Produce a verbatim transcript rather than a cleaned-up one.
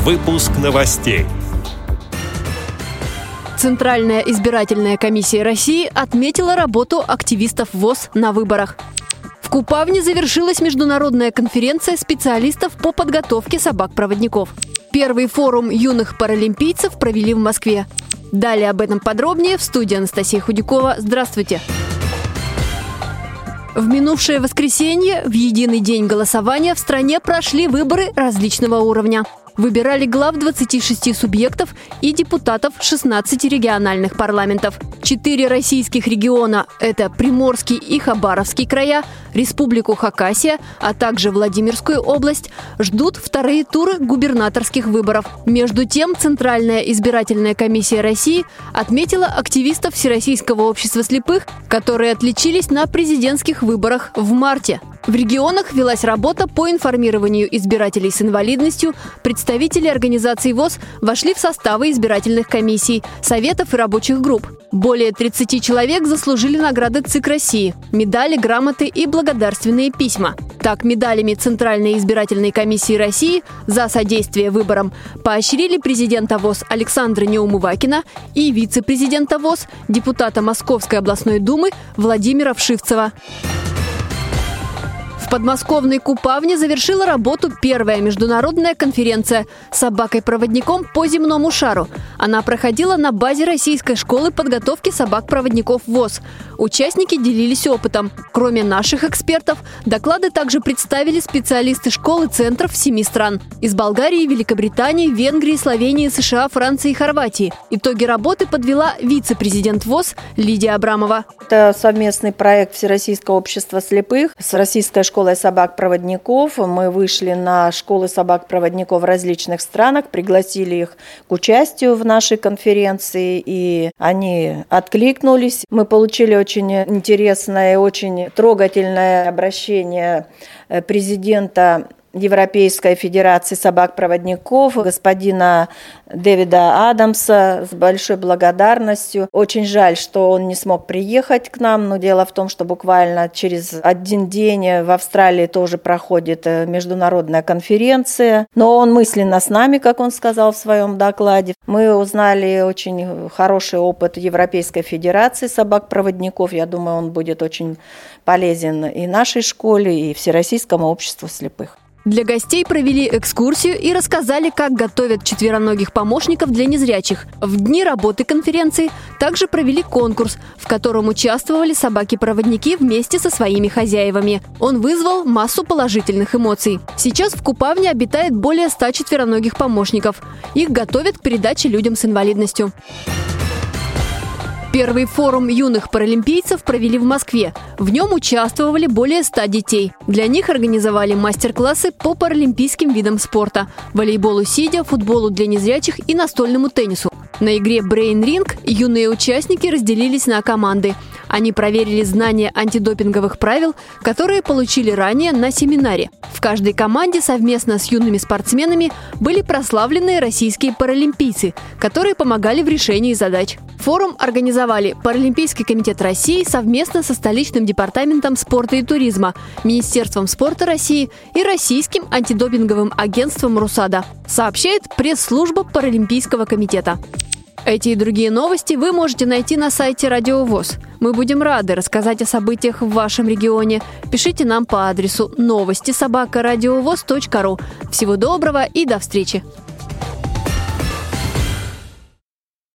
Выпуск новостей. Центральная избирательная комиссия России отметила работу активистов ВОС на выборах. В Купавне завершилась международная конференция специалистов по подготовке собак-проводников. Первый форум юных паралимпийцев провели в Москве. Далее об этом подробнее в студии Анастасия Худякова. Здравствуйте! В минувшее воскресенье, в единый день голосования, в стране прошли выборы различного уровня. Выбирали глав двадцати шести субъектов и депутатов шестнадцати региональных парламентов. Четыре российских региона – это Приморский и Хабаровский края, Республику Хакасия, а также Владимирскую область – ждут вторые туры губернаторских выборов. Между тем, Центральная избирательная комиссия России отметила активистов Всероссийского общества слепых, которые отличились на президентских выборах в марте. В регионах велась работа по информированию избирателей с инвалидностью. Представители организаций ВОС вошли в составы избирательных комиссий, советов и рабочих групп. Более тридцати человек заслужили награды ЦИК России, медали, грамоты и благодарственные письма. Так, медалями Центральной избирательной комиссии России за содействие выборам поощрили президента ВОС Александра Неумывакина и вице-президента ВОС, депутата Московской областной думы Владимира Вшивцева. В подмосковной Купавне завершила работу первая международная конференция «Собакой-проводником по земному шару». Она проходила на базе Российской школы подготовки собак-проводников ВОС. Участники делились опытом. Кроме наших экспертов, доклады также представили специалисты школ и центров семи стран – из Болгарии, Великобритании, Венгрии, Словении, США, Франции и Хорватии. Итоги работы подвела вице-президент ВОС Лидия Абрамова. Это совместный проект Всероссийского общества слепых с Российской школой собак-проводников. Мы вышли на школы собак-проводников в различных странах, пригласили их к участию в нашей конференции, и они откликнулись. Мы получили очень интересное и очень трогательное обращение президента Европейской федерации собак-проводников, господина Дэвида Адамса, с большой благодарностью. Очень жаль, что он не смог приехать к нам, но дело в том, что буквально через один день в Австралии тоже проходит международная конференция. Но он мысленно с нами, как он сказал в своем докладе. Мы узнали очень хороший опыт Европейской федерации собак-проводников. Я думаю, он будет очень полезен и нашей школе, и Всероссийскому обществу слепых. Для гостей провели экскурсию и рассказали, как готовят четвероногих помощников для незрячих. В дни работы конференции также провели конкурс, в котором участвовали собаки-проводники вместе со своими хозяевами. Он вызвал массу положительных эмоций. Сейчас в Купавне обитает более ста четвероногих помощников. Их готовят к передаче людям с инвалидностью. Первый форум юных паралимпийцев провели в Москве. В нем участвовали более ста детей. Для них организовали мастер-классы по паралимпийским видам спорта – волейболу сидя, футболу для незрячих и настольному теннису. На игре Brain Ring юные участники разделились на команды. Они проверили знания антидопинговых правил, которые получили ранее на семинаре. В каждой команде совместно с юными спортсменами были прославленные российские паралимпийцы, которые помогали в решении задач. Форум организовали Паралимпийский комитет России совместно со столичным департаментом спорта и туризма, Министерством спорта России и Российским антидопинговым агентством РУСАДА, сообщает пресс-служба Паралимпийского комитета. Эти и другие новости вы можете найти на сайте Радио ВОС. Мы будем рады рассказать о событиях в вашем регионе. Пишите нам по адресу новости собака радиовос точка ру. Всего доброго и до встречи!